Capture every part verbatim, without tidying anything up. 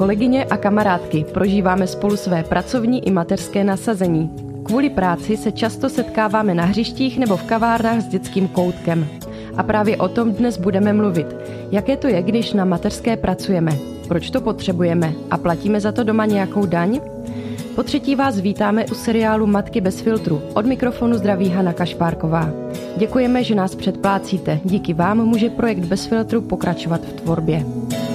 kolegyně a kamarádky, prožíváme spolu své pracovní i mateřské nasazení. Kvůli práci se často setkáváme na hřištích nebo v kavárnách s dětským koutkem. A právě o tom dnes budeme mluvit. Jaké to je, když na mateřské pracujeme? Proč to potřebujeme? A platíme za to doma nějakou daň? Po třetí vás vítáme u seriálu Matky bez filtru. Od mikrofonu zdraví Hana Kašpárková. Děkujeme, že nás předplácíte. Díky vám může projekt Bez filtru pokračovat v tvorbě.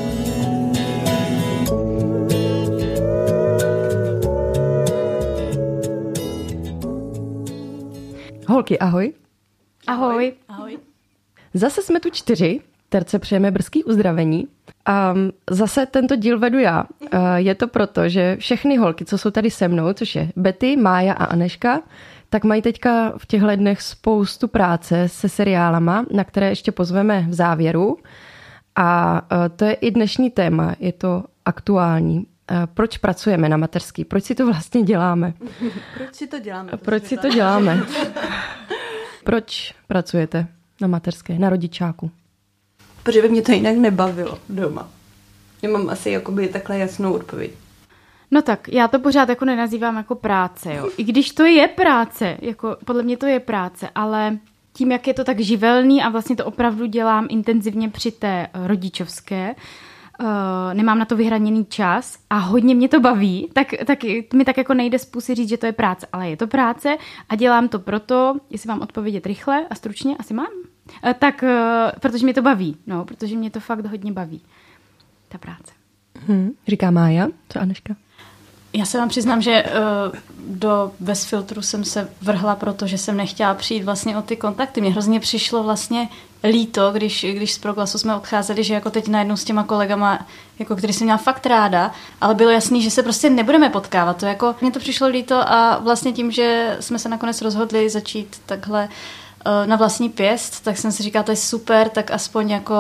Holky, ahoj. Ahoj. Ahoj. Zase jsme tu čtyři, Terce přejeme brzký uzdravení. A zase tento díl vedu já. Je to proto, že všechny holky, co jsou tady se mnou, což je Betty, Mája a Aneška, tak mají teďka v těchto dnech spoustu práce se seriálama, na které ještě pozveme v závěru. A to je i dnešní téma, je to aktuální. Proč pracujeme na mateřský? Proč si to vlastně děláme? Proč si to děláme? Proč si to děláme? Proč pracujete na mateřské, na rodičáku? Protože by mě to jinak nebavilo doma. Já mám asi jakoby takhle jasnou odpověď. No tak, já to pořád jako nenazývám jako práce, jo. I když to je práce, jako podle mě to je práce, ale tím, jak je to tak živelný a vlastně to opravdu dělám intenzivně při té rodičovské, uh, nemám na to vyhraněný čas a hodně mě to baví, tak, tak mi tak jako nejde z pusy říct, že to je práce, ale je to práce a dělám to proto, jestli mám odpovědět rychle a stručně, asi mám, uh, tak uh, protože mě to baví, no, protože mě to fakt hodně baví, ta práce. Hmm, říká Mája, co Aneška? Já se vám přiznám, že uh, do Bez filtru jsem se vrhla, protože jsem nechtěla přijít vlastně o ty kontakty. Mně hrozně přišlo vlastně líto, když, když z Proglasu jsme odcházeli, že jako teď najednou s těma kolegama, jako který jsem měla fakt ráda, ale bylo jasný, že se prostě nebudeme potkávat. To jako, mně to přišlo líto a vlastně tím, že jsme se nakonec rozhodli začít takhle uh, na vlastní pěst, tak jsem si říkala, to je super, tak aspoň jako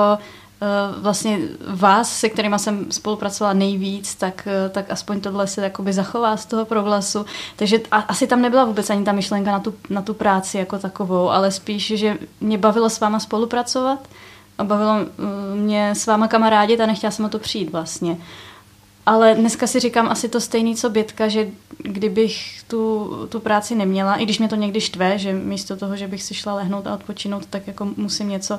vlastně vás, se kterýma jsem spolupracovala nejvíc, tak, tak aspoň tohle se jakoby zachová z toho Proglasu. Takže asi tam nebyla vůbec ani ta myšlenka na tu, na tu práci jako takovou, ale spíš, že mě bavilo s váma spolupracovat a bavilo mě s váma kamarádit a nechtěla jsem o to přijít vlastně. Ale dneska si říkám asi to stejný, co Bětka, že kdybych tu, tu práci neměla, i když mě to někdy štve, že místo toho, že bych si šla lehnout a odpočinout, tak jako musím něco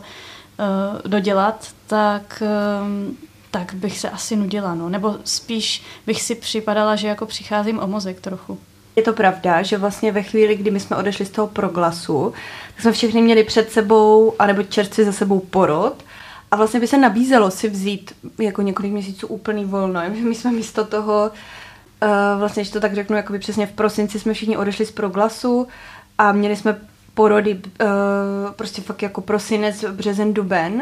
uh, dodělat, tak, um, tak bych se asi nudila. No. Nebo spíš bych si připadala, že jako přicházím o mozek trochu. Je to pravda, že vlastně ve chvíli, kdy my jsme odešli z toho Proglasu, tak jsme všichni měli před sebou, anebo čerstvě za sebou porod. A vlastně by se nabízelo si vzít jako několik měsíců úplný volno. My jsme místo toho, uh, vlastně, že to tak řeknu, jakoby přesně v prosinci jsme všichni odešli z Proglasu a měli jsme porody uh, prostě fakt jako prosinec, březen, duben.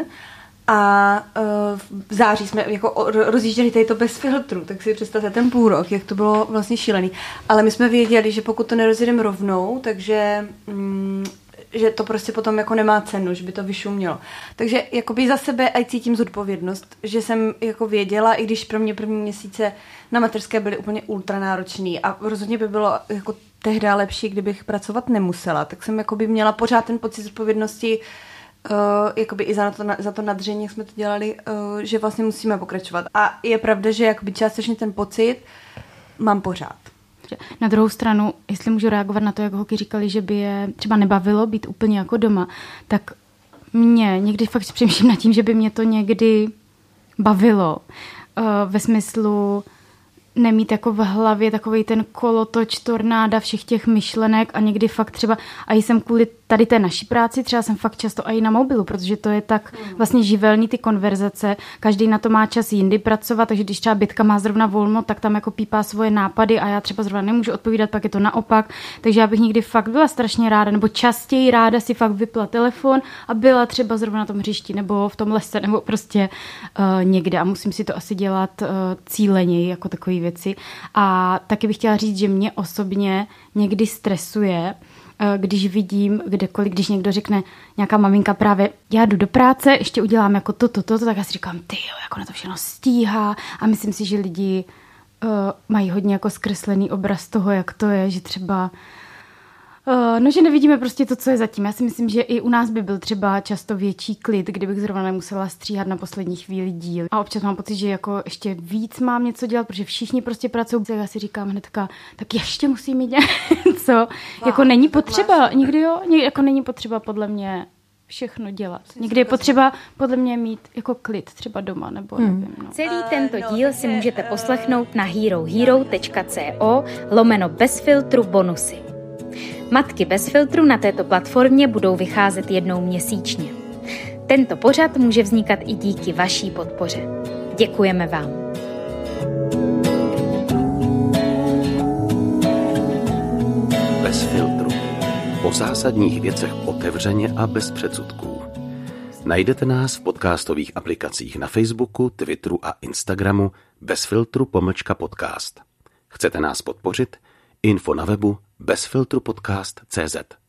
A uh, v září jsme jako rozjížděli tady to Bez filtru, tak si představte ten půl rok, jak to bylo vlastně šílený. Ale my jsme věděli, že pokud to nerozjedeme rovnou, takže... Mm, že to prostě potom jako nemá cenu, že by to vyšumělo. Takže jakoby za sebe aj cítím zodpovědnost, že jsem jako věděla, i když pro mě první měsíce na mateřské byly úplně ultra náročný a rozhodně by bylo jako tehdy lepší, kdybych pracovat nemusela, tak jsem jakoby měla pořád ten pocit zodpovědnosti, uh, jakoby i za to, za to nadření, jak jsme to dělali, uh, že vlastně musíme pokračovat. A je pravda, že jakoby částečně ten pocit mám pořád. Na druhou stranu, jestli můžu reagovat na to, jak holky říkali, že by je třeba nebavilo být úplně jako doma, tak mě někdy fakt přemýšlím nad tím, že by mě to někdy bavilo. Uh, ve smyslu nemít jako v hlavě takovej ten kolotoč, tornáda všech těch myšlenek a někdy fakt třeba, a jsem kvůli tady té naší práci, třeba jsem fakt často i na mobilu, protože to je tak vlastně živelný ty konverzace, každý na to má čas jindy pracovat, takže když třeba Bětka má zrovna volno, tak tam jako pípá svoje nápady a já třeba zrovna nemůžu odpovídat, pak je to naopak, takže já bych někdy fakt byla strašně ráda, nebo častěji ráda si fakt vypla telefon a byla třeba zrovna na tom hřišti, nebo v tom lese, nebo prostě uh, někde a musím si to asi dělat uh, cíleněji, jako takový věci. A taky bych chtěla říct, že mě osobně někdy stresuje, když vidím kdekoliv, když někdo řekne, nějaká maminka právě, já jdu do práce, ještě udělám jako toto, toto, tak já si říkám, ty jo, jako na to všechno stíhá a myslím si, že lidi uh, mají hodně jako zkreslený obraz toho, jak to je, že třeba Uh, no, že nevidíme prostě to, co je zatím. Já si myslím, že i u nás by byl třeba často větší klid, kdybych zrovna nemusela stříhat na poslední chvíli díl. A občas mám pocit, že jako ještě víc mám něco dělat, protože všichni prostě pracují. Já si říkám hnedka, tak ještě musím mít něco. Wow, jako není potřeba, máš... nikdy jo, jako není potřeba podle mě všechno dělat. Někdy je potřeba podle mě mít jako klid třeba doma, nebo hmm. nevím. No. Celý tento díl si můžete poslechnout na herohero tečka co lomeno bez filtru bonusy. Matky bez filtru na této platformě budou vycházet jednou měsíčně. Tento pořad může vznikat i díky vaší podpoře. Děkujeme vám. Bez filtru. O zásadních věcech otevřeně a bez předsudků. Najdete nás v podcastových aplikacích na Facebooku, Twitteru a Instagramu bez filtru pomlčka podcast. Chcete nás podpořit? Info na webu bezfiltrupodcast tečka cé zet.